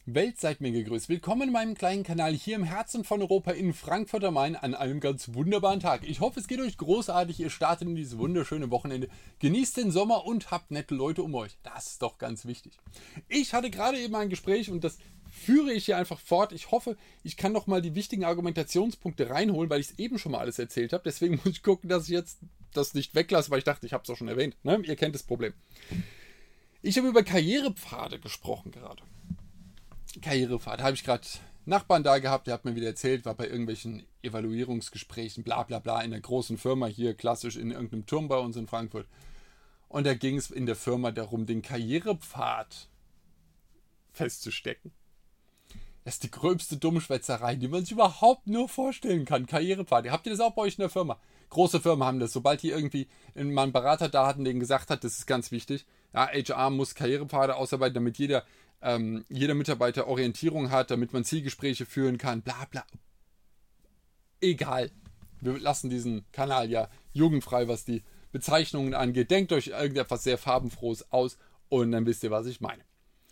Welt, seid mir gegrüßt. Willkommen in meinem kleinen Kanal hier im Herzen von Europa in Frankfurt am Main an einem ganz wunderbaren Tag. Ich hoffe, es geht euch großartig. Ihr startet in dieses wunderschöne Wochenende. Genießt den Sommer und habt nette Leute um euch. Das ist doch ganz wichtig. Ich hatte gerade eben ein Gespräch und das führe ich hier einfach fort. Ich hoffe, ich kann noch mal die wichtigen Argumentationspunkte reinholen, weil ich es eben schon mal alles erzählt habe. Deswegen muss ich gucken, dass ich jetzt das nicht weglasse, weil ich dachte, ich habe es auch schon erwähnt. Ne? Ihr kennt das Problem. Ich habe über Karrierepfade gesprochen gerade. Karrierepfad. Habe ich gerade Nachbarn da gehabt, der hat mir wieder erzählt, war bei irgendwelchen Evaluierungsgesprächen, bla bla bla, in einer großen Firma hier, klassisch in irgendeinem Turm bei uns in Frankfurt. Und da ging es in der Firma darum, den Karrierepfad festzustecken. Das ist die gröbste Dummschwätzerei, die man sich überhaupt nur vorstellen kann. Karrierepfad. Habt ihr das auch bei euch in der Firma? Große Firmen haben das. Sobald hier irgendwie mal ein Berater da hatten, den gesagt hat, das ist ganz wichtig. Ja, HR muss Karrierepfade ausarbeiten, damit jeder Mitarbeiter Orientierung hat, damit man Zielgespräche führen kann, bla bla. Egal. Wir lassen diesen Kanal ja jugendfrei, was die Bezeichnungen angeht. Denkt euch irgendetwas sehr Farbenfrohes aus und dann wisst ihr, was ich meine.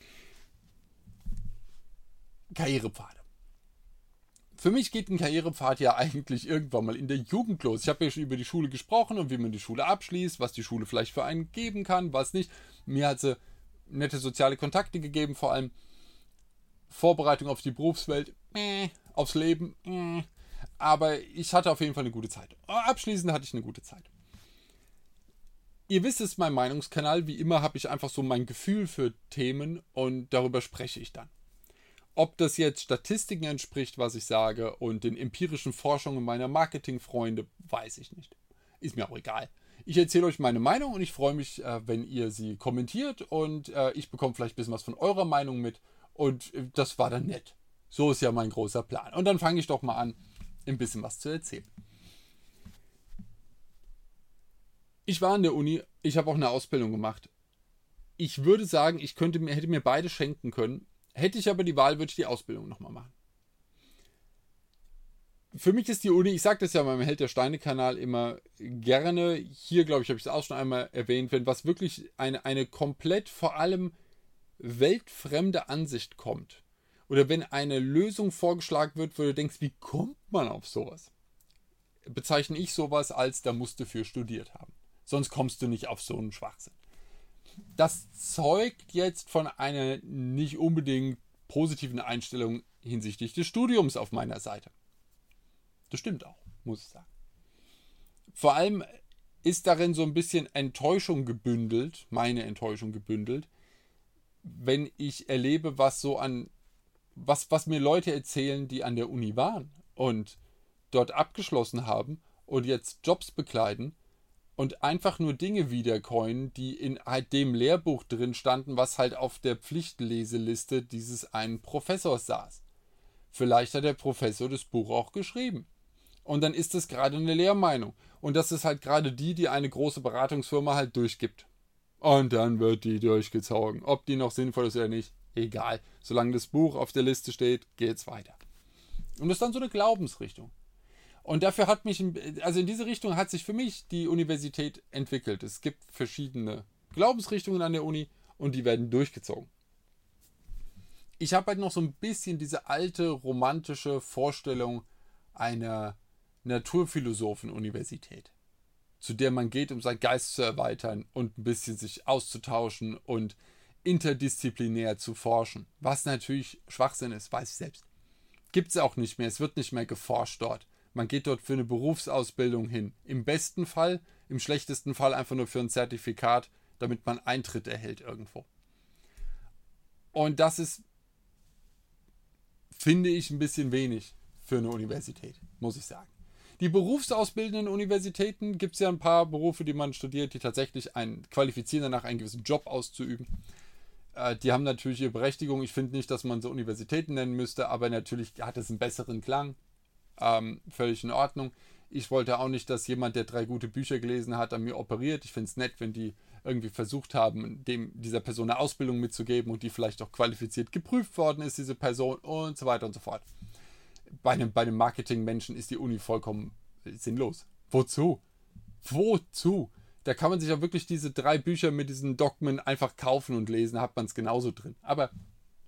Karrierepfade. Für mich geht ein Karrierepfad ja eigentlich irgendwann mal in der Jugend los. Ich habe ja schon über die Schule gesprochen und wie man die Schule abschließt, was die Schule vielleicht für einen geben kann, was nicht. Mir hat sie nette soziale Kontakte gegeben, vor allem Vorbereitung auf die Berufswelt, aufs Leben, aber ich hatte auf jeden Fall eine gute Zeit. Abschließend hatte ich eine gute Zeit. Ihr wisst, es ist mein Meinungskanal. Wie immer habe ich einfach so mein Gefühl für Themen und darüber spreche ich dann. Ob das jetzt Statistiken entspricht, was ich sage, und den empirischen Forschungen meiner Marketingfreunde, weiß ich nicht. Ist mir auch egal. Ich erzähle euch meine Meinung und ich freue mich, wenn ihr sie kommentiert und ich bekomme vielleicht ein bisschen was von eurer Meinung mit und das war dann nett. So ist ja mein großer Plan. Und dann fange ich doch mal an, ein bisschen was zu erzählen. Ich war an der Uni, ich habe auch eine Ausbildung gemacht. Ich würde sagen, hätte mir beide schenken können. Hätte ich aber die Wahl, würde ich die Ausbildung nochmal machen. Für mich ist die Uni, ich sage das ja beim Held der Steine-Kanal immer gerne, hier glaube ich, habe ich es auch schon einmal erwähnt, wenn was wirklich eine komplett vor allem weltfremde Ansicht kommt oder wenn eine Lösung vorgeschlagen wird, wo du denkst, wie kommt man auf sowas? Bezeichne ich sowas als, da musst du für studiert haben. Sonst kommst du nicht auf so einen Schwachsinn. Das zeugt jetzt von einer nicht unbedingt positiven Einstellung hinsichtlich des Studiums auf meiner Seite. Das stimmt auch, muss ich sagen. Vor allem ist darin so ein bisschen Enttäuschung gebündelt, meine Enttäuschung gebündelt, wenn ich erlebe, was mir Leute erzählen, die an der Uni waren und dort abgeschlossen haben und jetzt Jobs bekleiden und einfach nur Dinge wiedercoinen, die in halt dem Lehrbuch drin standen, was halt auf der Pflichtleseliste dieses einen Professors saß. Vielleicht hat der Professor das Buch auch geschrieben. Und dann ist es gerade eine Lehrmeinung. Und das ist halt gerade die eine große Beratungsfirma halt durchgibt. Und dann wird die durchgezogen. Ob die noch sinnvoll ist oder nicht, egal. Solange das Buch auf der Liste steht, geht's weiter. Und das ist dann so eine Glaubensrichtung. Und dafür in diese Richtung hat sich für mich die Universität entwickelt. Es gibt verschiedene Glaubensrichtungen an der Uni und die werden durchgezogen. Ich habe halt noch so ein bisschen diese alte romantische Vorstellung einer Naturphilosophen-Universität, zu der man geht, um seinen Geist zu erweitern und ein bisschen sich auszutauschen und interdisziplinär zu forschen. Was natürlich Schwachsinn ist, weiß ich selbst. Gibt es auch nicht mehr, es wird nicht mehr geforscht dort. Man geht dort für eine Berufsausbildung hin. Im besten Fall, im schlechtesten Fall einfach nur für ein Zertifikat, damit man Eintritt erhält irgendwo. Und das ist, finde ich, ein bisschen wenig für eine Universität, muss ich sagen. Die berufsausbildenden Universitäten gibt es ja ein paar Berufe, die man studiert, die tatsächlich einen qualifizieren, danach einen gewissen Job auszuüben. Die haben natürlich ihre Berechtigung. Ich finde nicht, dass man so Universitäten nennen müsste, aber natürlich hat es einen besseren Klang. Völlig in Ordnung. Ich wollte auch nicht, dass jemand, der 3 gute Bücher gelesen hat, an mir operiert. Ich finde es nett, wenn die irgendwie versucht haben, dieser Person eine Ausbildung mitzugeben und die vielleicht auch qualifiziert geprüft worden ist, diese Person und so weiter und so fort. Bei einem Marketingmenschen ist die Uni vollkommen sinnlos. Wozu? Wozu? Da kann man sich ja wirklich diese 3 Bücher mit diesen Dogmen einfach kaufen und lesen, hat man es genauso drin. Aber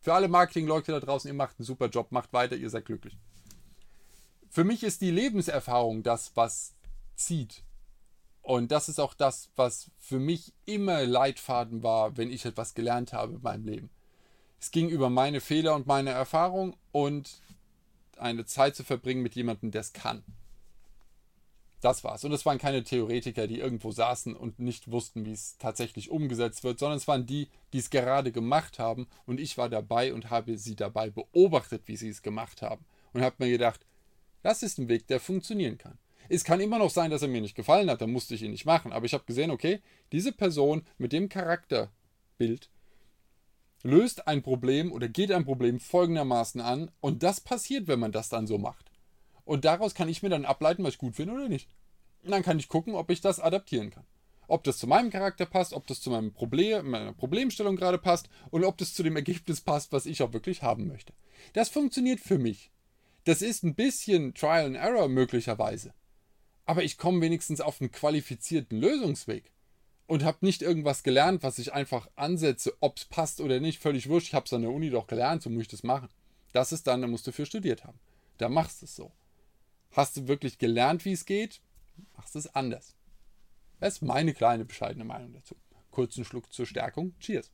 Für alle Marketingleute da draußen, ihr macht einen super Job, macht weiter, ihr seid glücklich. Für mich ist die Lebenserfahrung das, was zieht. Und das ist auch das, was für mich immer Leitfaden war, wenn ich etwas gelernt habe in meinem Leben. Es ging über meine Fehler und meine Erfahrung und eine Zeit zu verbringen mit jemandem, der es kann. Das war's. Und es waren keine Theoretiker, die irgendwo saßen und nicht wussten, wie es tatsächlich umgesetzt wird, sondern es waren die, die es gerade gemacht haben und ich war dabei und habe sie dabei beobachtet, wie sie es gemacht haben. Und habe mir gedacht, das ist ein Weg, der funktionieren kann. Es kann immer noch sein, dass er mir nicht gefallen hat, dann musste ich ihn nicht machen. Aber ich habe gesehen, okay, diese Person mit dem Charakterbild löst ein Problem oder geht ein Problem folgendermaßen an und das passiert, wenn man das dann so macht. Und daraus kann ich mir dann ableiten, was ich gut finde oder nicht. Und dann kann ich gucken, ob ich das adaptieren kann. Ob das zu meinem Charakter passt, ob das zu meinem Problem, meiner Problemstellung gerade passt und ob das zu dem Ergebnis passt, was ich auch wirklich haben möchte. Das funktioniert für mich. Das ist ein bisschen Trial and Error möglicherweise. Aber ich komme wenigstens auf einen qualifizierten Lösungsweg. Und habe nicht irgendwas gelernt, was ich einfach ansetze, ob es passt oder nicht, völlig wurscht. Ich habe es an der Uni doch gelernt, so muss ich das machen. Das ist dann, da musst du für studiert haben. Da machst du es so. Hast du wirklich gelernt, wie es geht, machst du es anders. Das ist meine kleine, bescheidene Meinung dazu. Kurzen Schluck zur Stärkung. Cheers.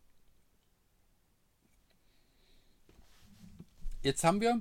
Jetzt haben wir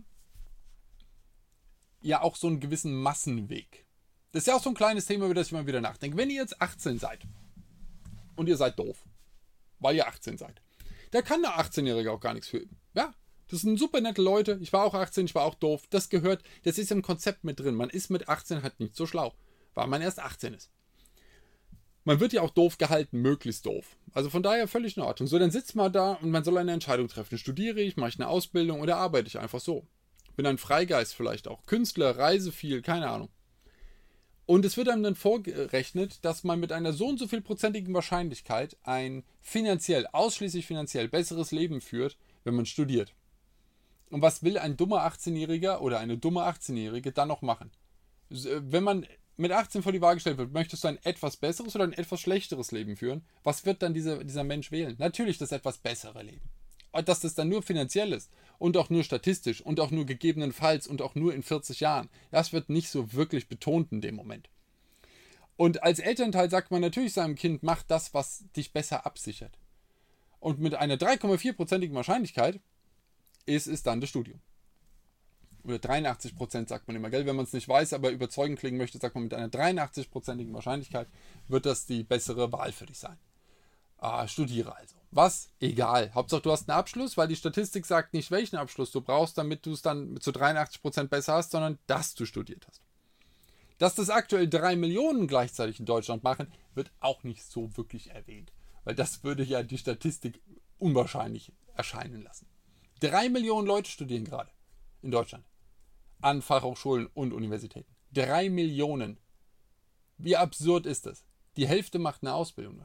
ja auch so einen gewissen Massenweg. Das ist ja auch so ein kleines Thema, über das ich mal wieder nachdenke. Wenn ihr jetzt 18 seid und ihr seid doof, weil ihr 18 seid, da kann der 18-Jährige auch gar nichts für. Ja, das sind super nette Leute. Ich war auch 18, ich war auch doof. Das gehört, das ist im Konzept mit drin. Man ist mit 18 halt nicht so schlau, weil man erst 18 ist. Man wird ja auch doof gehalten, möglichst doof. Also von daher völlig in Ordnung. So, dann sitzt man da und man soll eine Entscheidung treffen. Studiere ich, mache ich eine Ausbildung oder arbeite ich einfach so? Bin ein Freigeist vielleicht auch. Künstler, reise viel, keine Ahnung. Und es wird einem dann vorgerechnet, dass man mit einer so und so viel prozentigen Wahrscheinlichkeit ein ausschließlich finanziell besseres Leben führt, wenn man studiert. Und was will ein dummer 18-Jähriger oder eine dumme 18-Jährige dann noch machen? Wenn man mit 18 vor die Waage gestellt wird, möchtest du ein etwas besseres oder ein etwas schlechteres Leben führen? Was wird dann dieser Mensch wählen? Natürlich das etwas bessere Leben. Und dass das dann nur finanziell ist und auch nur statistisch und auch nur gegebenenfalls und auch nur in 40 Jahren, das wird nicht so wirklich betont in dem Moment. Und als Elternteil sagt man natürlich seinem Kind, mach das, was dich besser absichert. Und mit einer 3,4%igen Wahrscheinlichkeit ist es dann das Studium. Oder 83% sagt man immer, gell? Wenn man es nicht weiß, aber überzeugend klingen möchte, sagt man mit einer 83%igen Wahrscheinlichkeit wird das die bessere Wahl für dich sein. Studiere also. Was? Egal. Hauptsache du hast einen Abschluss, weil die Statistik sagt nicht, welchen Abschluss du brauchst, damit du es dann zu 83% besser hast, sondern dass du studiert hast. Dass das aktuell 3 Millionen gleichzeitig in Deutschland machen, wird auch nicht so wirklich erwähnt. Weil das würde ja die Statistik unwahrscheinlich erscheinen lassen. 3 Millionen Leute studieren gerade in Deutschland. An Fachhochschulen und Universitäten. 3 Millionen. Wie absurd ist das? Die Hälfte macht eine Ausbildung.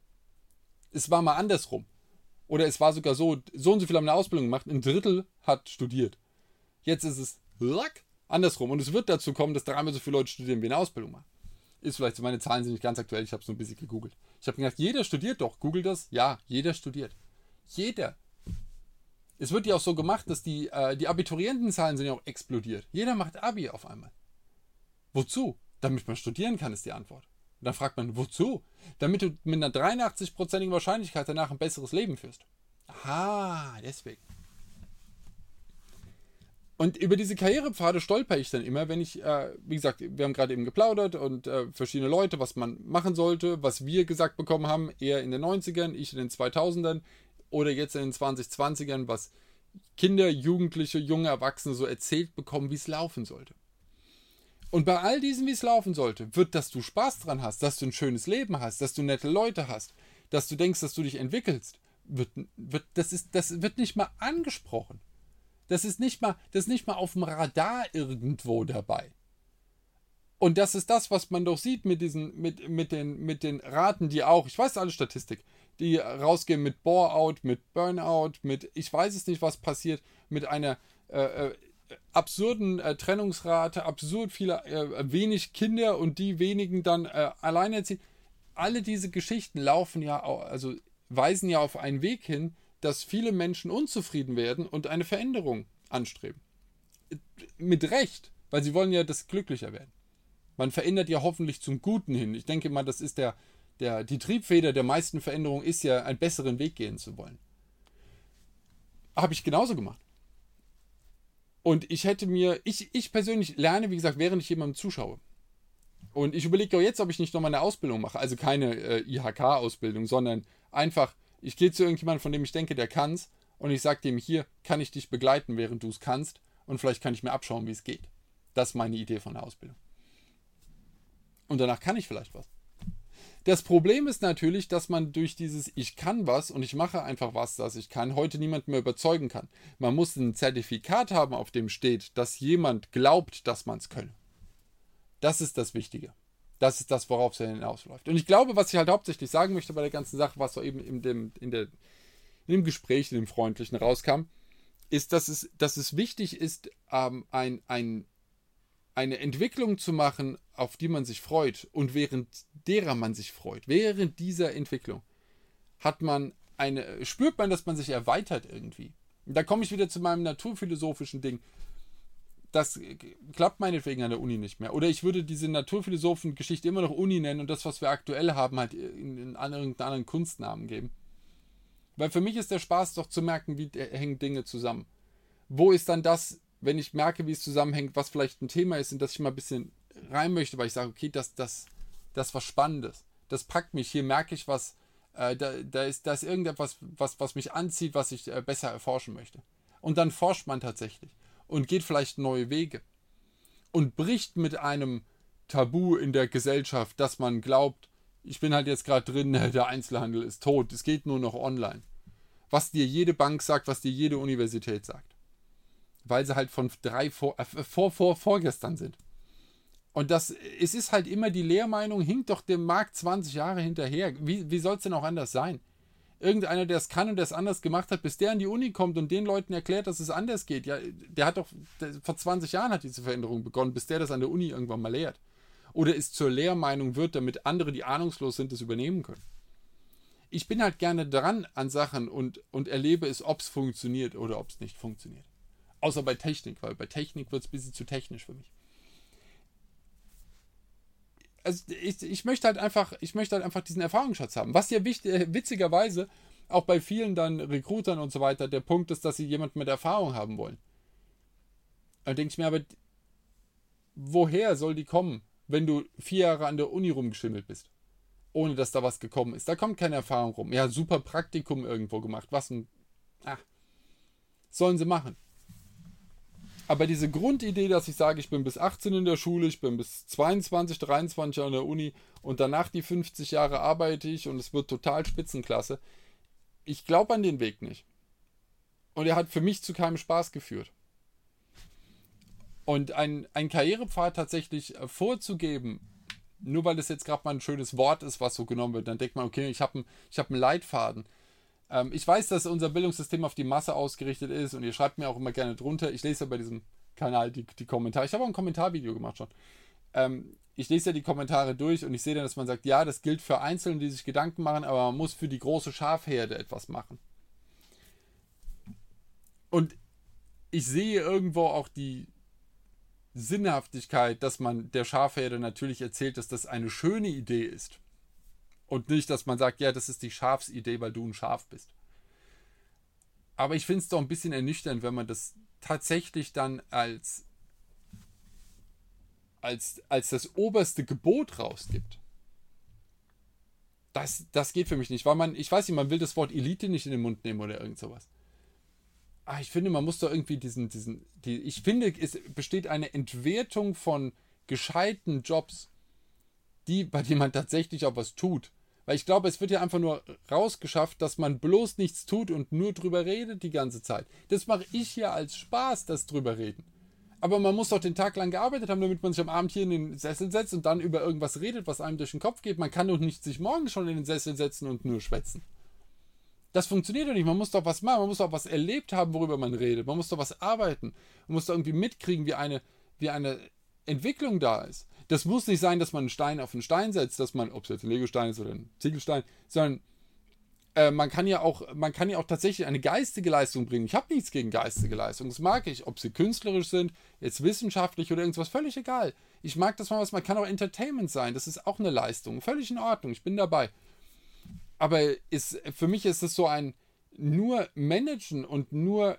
Es war mal andersrum. Oder es war sogar so und so viele haben eine Ausbildung gemacht, ein Drittel hat studiert. Jetzt ist es andersrum. Und es wird dazu kommen, dass dreimal so viele Leute studieren, wie eine Ausbildung machen. Ist vielleicht so, meine Zahlen sind nicht ganz aktuell, ich habe es nur ein bisschen gegoogelt. Ich habe gedacht, jeder studiert doch. Google das? Ja, jeder studiert. Jeder. Es wird ja auch so gemacht, dass die Abiturientenzahlen sind ja auch explodiert. Jeder macht Abi auf einmal. Wozu? Damit man studieren kann, ist die Antwort. Und dann fragt man, wozu? Damit du mit einer 83%igen Wahrscheinlichkeit danach ein besseres Leben führst. Aha, deswegen. Und über diese Karrierepfade stolper ich dann immer, wenn ich, wie gesagt, wir haben gerade eben geplaudert und verschiedene Leute, was man machen sollte, was wir gesagt bekommen haben, eher in den 90ern, ich in den 2000ern oder jetzt in den 2020ern, was Kinder, Jugendliche, junge Erwachsene so erzählt bekommen, wie es laufen sollte. Und bei all diesem, wie es laufen sollte, wird, dass du Spaß dran hast, dass du ein schönes Leben hast, dass du nette Leute hast, dass du denkst, dass du dich entwickelst, das wird nicht mal angesprochen. Das ist nicht mal auf dem Radar irgendwo dabei. Und das ist das, was man doch sieht mit den Raten, die auch, ich weiß alle Statistik, die rausgehen mit Bore-out, mit Burnout, mit, ich weiß es nicht, was passiert, mit einer absurden Trennungsrate, absurd viele, wenig Kinder und die wenigen dann alleinerziehend. Alle diese Geschichten laufen ja, also weisen ja auf einen Weg hin, dass viele Menschen unzufrieden werden und eine Veränderung anstreben. Mit Recht, weil sie wollen ja das glücklicher werden. Man verändert ja hoffentlich zum Guten hin. Ich denke mal, das ist die Triebfeder der meisten Veränderungen ist ja, einen besseren Weg gehen zu wollen. Habe ich genauso gemacht. Und ich persönlich lerne, wie gesagt, während ich jemandem zuschaue. Und ich überlege auch jetzt, ob ich nicht nochmal eine Ausbildung mache. Also keine IHK-Ausbildung, sondern einfach, ich gehe zu irgendjemandem, von dem ich denke, der kann's. Und ich sage dem, hier kann ich dich begleiten, während du es kannst. Und vielleicht kann ich mir abschauen, wie es geht. Das ist meine Idee von der Ausbildung. Und danach kann ich vielleicht was. Das Problem ist natürlich, dass man durch dieses Ich kann was und ich mache einfach was, das ich kann, heute niemand mehr überzeugen kann. Man muss ein Zertifikat haben, auf dem steht, dass jemand glaubt, dass man es könne. Das ist das Wichtige. Das ist das, worauf es hinausläuft. Und ich glaube, was ich halt hauptsächlich sagen möchte bei der ganzen Sache, was so eben in dem Gespräch, in dem freundlichen rauskam, ist, dass es wichtig ist, eine Entwicklung zu machen, auf die man sich freut und während derer man sich freut. Während dieser Entwicklung spürt man, dass man sich erweitert irgendwie. Und da komme ich wieder zu meinem naturphilosophischen Ding. Das klappt meinetwegen an der Uni nicht mehr. Oder ich würde diese Naturphilosophen-Geschichte immer noch Uni nennen und das, was wir aktuell haben, halt in irgendeinen anderen Kunstnamen geben. Weil für mich ist der Spaß doch zu merken, wie hängen Dinge zusammen. Wo ist dann das, wenn ich merke, wie es zusammenhängt, was vielleicht ein Thema ist, in das ich mal ein bisschen rein möchte, weil ich sage, okay, das ist was Spannendes. Das packt mich. Hier merke ich was, da ist irgendetwas, was mich anzieht, was ich besser erforschen möchte. Und dann forscht man tatsächlich und geht vielleicht neue Wege und bricht mit einem Tabu in der Gesellschaft, dass man glaubt, ich bin halt jetzt gerade drin, der Einzelhandel ist tot, es geht nur noch online. Was dir jede Bank sagt, was dir jede Universität sagt. Weil sie halt von vorgestern sind. Und es ist halt immer die Lehrmeinung, hinkt doch dem Markt 20 Jahre hinterher. Wie soll es denn auch anders sein? Irgendeiner, der es kann und der es anders gemacht hat, bis der an die Uni kommt und den Leuten erklärt, dass es anders geht. Ja, vor 20 Jahren hat diese Veränderung begonnen, bis der das an der Uni irgendwann mal lehrt. Oder es zur Lehrmeinung wird, damit andere, die ahnungslos sind, das übernehmen können. Ich bin halt gerne dran an Sachen und erlebe es, ob es funktioniert oder ob es nicht funktioniert. Außer bei Technik, weil bei Technik wird es ein bisschen zu technisch für mich. Also ich möchte halt einfach diesen Erfahrungsschatz haben. Was ja witzigerweise auch bei vielen dann Recruitern und so weiter der Punkt ist, dass sie jemanden mit Erfahrung haben wollen. Da denke ich mir aber, woher soll die kommen, wenn du 4 Jahre an der Uni rumgeschimmelt bist, ohne dass da was gekommen ist? Da kommt keine Erfahrung rum. Ja, super Praktikum irgendwo gemacht. Sollen sie machen. Aber diese Grundidee, dass ich sage, ich bin bis 18 in der Schule, ich bin bis 22, 23 an der Uni und danach die 50 Jahre arbeite ich und es wird total Spitzenklasse, ich glaube an den Weg nicht. Und er hat für mich zu keinem Spaß geführt. Und ein Karrierepfad tatsächlich vorzugeben, nur weil das jetzt gerade mal ein schönes Wort ist, was so genommen wird, dann denkt man, okay, ich hab einen Leitfaden. Ich weiß, dass unser Bildungssystem auf die Masse ausgerichtet ist und ihr schreibt mir auch immer gerne drunter. Ich lese ja bei diesem Kanal die Kommentare. Ich habe auch ein Kommentarvideo gemacht schon. Ich lese ja die Kommentare durch und ich sehe dann, dass man sagt, ja, das gilt für Einzelne, die sich Gedanken machen, aber man muss für die große Schafherde etwas machen. Und ich sehe irgendwo auch die Sinnhaftigkeit, dass man der Schafherde natürlich erzählt, dass das eine schöne Idee ist. Und nicht, dass man sagt, ja, das ist die Schafsidee, weil du ein Schaf bist. Aber ich finde es doch ein bisschen ernüchternd, wenn man das tatsächlich dann als das oberste Gebot rausgibt. Das geht für mich nicht, weil ich weiß nicht, man will das Wort Elite nicht in den Mund nehmen oder irgend sowas. Ich finde, man muss doch irgendwie ich finde, es besteht eine Entwertung von gescheiten Jobs, bei denen man tatsächlich auch was tut. Weil ich glaube, es wird ja einfach nur rausgeschafft, dass man bloß nichts tut und nur drüber redet die ganze Zeit. Das mache ich hier als Spaß, das drüber reden. Aber man muss doch den Tag lang gearbeitet haben, damit man sich am Abend hier in den Sessel setzt und dann über irgendwas redet, was einem durch den Kopf geht. Man kann doch nicht sich morgen schon in den Sessel setzen und nur schwätzen. Das funktioniert doch nicht. Man muss doch was machen. Man muss doch was erlebt haben, worüber man redet. Man muss doch was arbeiten. Man muss doch irgendwie mitkriegen, wie eine Entwicklung da ist. Das muss nicht sein, dass man einen Stein auf einen Stein setzt, dass man, ob es jetzt ein Legostein ist oder ein Ziegelstein, sondern man kann ja auch tatsächlich eine geistige Leistung bringen. Ich habe nichts gegen geistige Leistung. Das mag ich, ob sie künstlerisch sind, jetzt wissenschaftlich oder irgendwas, völlig egal. Ich mag das mal was, man kann auch Entertainment sein, das ist auch eine Leistung, völlig in Ordnung, ich bin dabei. Aber für mich ist es so ein nur managen und nur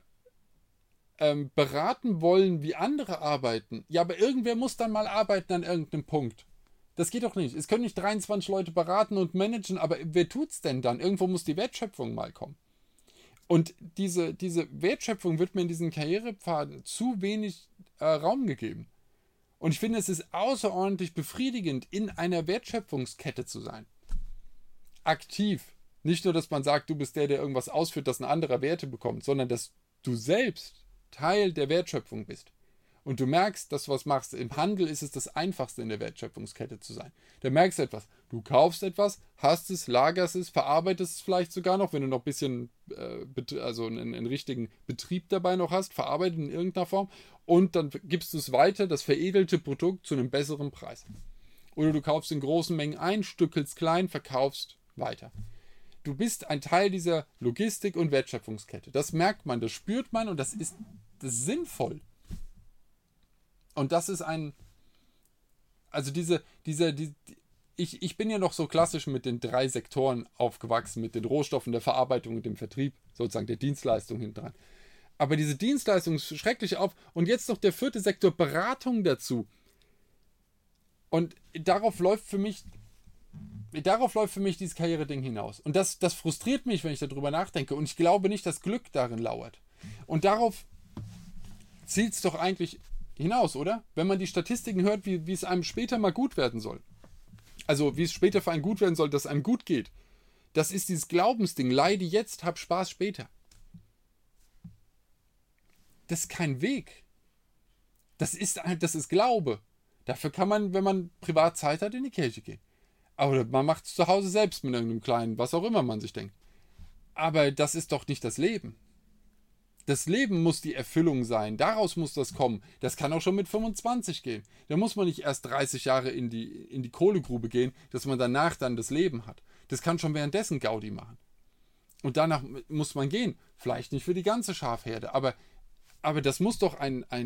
beraten wollen, wie andere arbeiten. Ja, aber irgendwer muss dann mal arbeiten an irgendeinem Punkt. Das geht doch nicht. Es können nicht 23 Leute beraten und managen, aber wer tut's denn dann? Irgendwo muss die Wertschöpfung mal kommen. Und diese Wertschöpfung wird mir in diesen Karrierepfaden zu wenig Raum gegeben. Und ich finde, es ist außerordentlich befriedigend, in einer Wertschöpfungskette zu sein. Aktiv. Nicht nur, dass man sagt, du bist der irgendwas ausführt, dass ein anderer Werte bekommt, sondern dass du selbst Teil der Wertschöpfung bist. Und du merkst, dass du was machst. Im Handel ist es das Einfachste, in der Wertschöpfungskette zu sein. Da merkst du etwas. Du kaufst etwas, hast es, lagerst es, verarbeitest es vielleicht sogar noch, wenn du noch ein bisschen, also einen richtigen Betrieb dabei noch hast, verarbeitet in irgendeiner Form. Und dann gibst du es weiter, das veredelte Produkt, zu einem besseren Preis. Oder du kaufst in großen Mengen ein, stückelst klein, verkaufst weiter. Du bist ein Teil dieser Logistik- und Wertschöpfungskette. Das merkt man, das spürt man und das ist sinnvoll. Und das ist also ich bin ja noch so klassisch mit den 3 Sektoren aufgewachsen, mit den Rohstoffen, der Verarbeitung und dem Vertrieb, sozusagen der Dienstleistung hinten dran. Aber diese Dienstleistung ist schrecklich auf und jetzt noch der 4. Sektor Beratung dazu. Und darauf läuft für mich dieses Karriere-Ding hinaus. Und das frustriert mich, wenn ich darüber nachdenke. Und ich glaube nicht, dass Glück darin lauert. Und darauf zielt es doch eigentlich hinaus, oder? Wenn man die Statistiken hört, wie es einem später mal gut werden soll. Also wie es später für einen gut werden soll, dass es einem gut geht. Das ist dieses Glaubensding. Leide jetzt, hab Spaß später. Das ist kein Weg. Das ist Glaube. Dafür kann man, wenn man privat Zeit hat, in die Kirche gehen. Aber man macht es zu Hause selbst mit irgendeinem kleinen, was auch immer man sich denkt. Aber das ist doch nicht das Leben. Das Leben muss die Erfüllung sein. Daraus muss das kommen. Das kann auch schon mit 25 gehen. Da muss man nicht erst 30 Jahre in die Kohlegrube gehen, dass man danach dann das Leben hat. Das kann schon währenddessen Gaudi machen. Und danach muss man gehen. Vielleicht nicht für die ganze Schafherde, aber das muss doch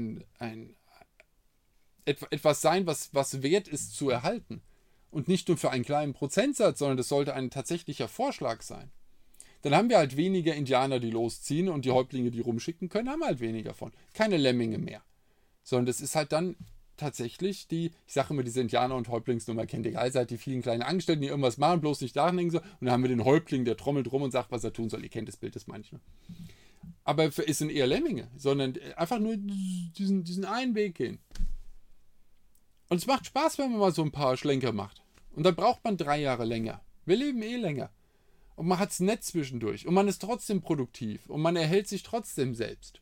etwas sein, was wert ist zu erhalten. Und nicht nur für einen kleinen Prozentsatz, sondern das sollte ein tatsächlicher Vorschlag sein. Dann haben wir halt weniger Indianer, die losziehen und die Häuptlinge, die rumschicken können, haben halt weniger von. Keine Lemminge mehr. Sondern das ist halt dann tatsächlich ich sage immer, diese Indianer- und Häuptlingsnummer kennt ihr all seid die vielen kleinen Angestellten, die irgendwas machen, bloß nicht nachdenken so. Und dann haben wir den Häuptling, der trommelt rum und sagt, was er tun soll. Ihr kennt das Bild, das meine ich nur. Aber es sind eher Lemminge, sondern einfach nur diesen einen Weg gehen. Und es macht Spaß, wenn man mal so ein paar Schlenker macht. Und dann braucht man 3 Jahre länger. Wir leben länger. Und man hat es nett zwischendurch. Und man ist trotzdem produktiv. Und man erhält sich trotzdem selbst.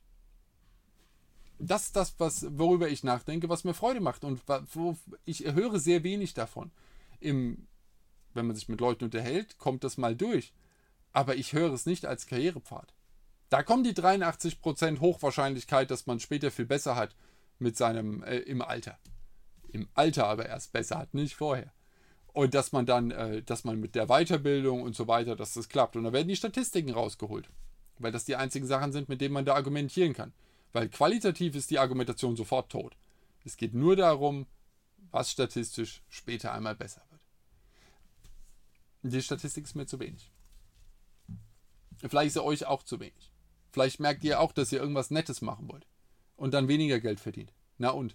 Das ist das, worüber ich nachdenke, was mir Freude macht. Und ich höre sehr wenig davon. Wenn man sich mit Leuten unterhält, kommt das mal durch. Aber ich höre es nicht als Karrierepfad. Da kommen die 83% Hochwahrscheinlichkeit, dass man später viel besser hat mit seinem im Alter. Im Alter aber erst besser hat, nicht vorher. Und dass man dann, dass man mit der Weiterbildung und so weiter, dass das klappt. Und da werden die Statistiken rausgeholt. Weil das die einzigen Sachen sind, mit denen man da argumentieren kann. Weil qualitativ ist die Argumentation sofort tot. Es geht nur darum, was statistisch später einmal besser wird. Die Statistik ist mir zu wenig. Vielleicht ist sie euch auch zu wenig. Vielleicht merkt ihr auch, dass ihr irgendwas Nettes machen wollt. Und dann weniger Geld verdient. Na und?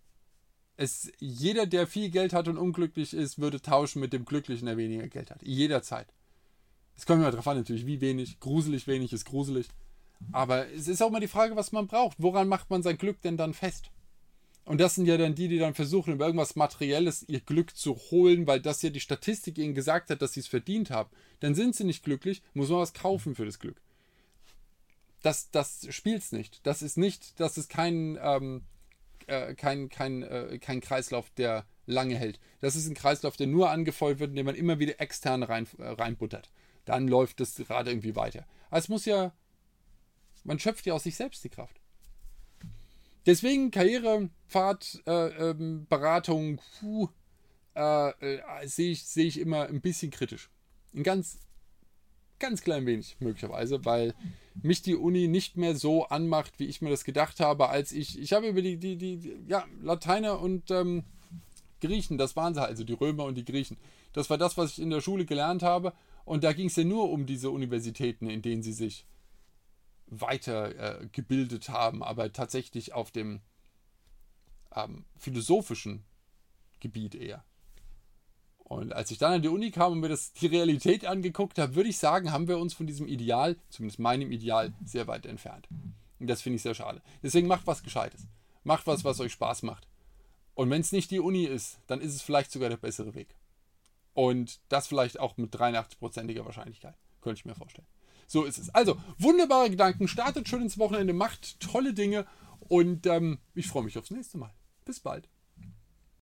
Jeder, der viel Geld hat und unglücklich ist, würde tauschen mit dem Glücklichen, der weniger Geld hat. Jederzeit. Es kommt immer darauf an, natürlich, wie wenig. Gruselig wenig ist gruselig. Aber es ist auch mal die Frage, was man braucht. Woran macht man sein Glück denn dann fest? Und das sind ja dann die dann versuchen, über irgendwas Materielles ihr Glück zu holen, weil das ja die Statistik ihnen gesagt hat, dass sie es verdient haben. Dann sind sie nicht glücklich, muss man was kaufen für das Glück. Das spielt's nicht. Das ist kein Kreislauf, der lange hält. Das ist ein Kreislauf, der nur angefeuert wird, indem man immer wieder extern reinbuttert. Dann läuft das gerade irgendwie weiter. Also man schöpft ja aus sich selbst die Kraft. Deswegen Karrierepfad, Beratung, sehe ich immer ein bisschen kritisch. Ein ganz ganz klein wenig, möglicherweise, weil mich die Uni nicht mehr so anmacht, wie ich mir das gedacht habe, als ich habe über die Lateiner und Griechen, das waren sie halt, also die Römer und die Griechen. Das war das, was ich in der Schule gelernt habe. Und da ging es ja nur um diese Universitäten, in denen sie sich weiter gebildet haben, aber tatsächlich auf dem philosophischen Gebiet eher. Und als ich dann an die Uni kam und mir die Realität angeguckt habe, würde ich sagen, haben wir uns von diesem Ideal, zumindest meinem Ideal, sehr weit entfernt. Und das finde ich sehr schade. Deswegen macht was Gescheites. Macht was, was euch Spaß macht. Und wenn es nicht die Uni ist, dann ist es vielleicht sogar der bessere Weg. Und das vielleicht auch mit 83%iger Wahrscheinlichkeit. Könnte ich mir vorstellen. So ist es. Also, wunderbare Gedanken. Startet schön ins Wochenende, macht tolle Dinge und ich freue mich aufs nächste Mal. Bis bald.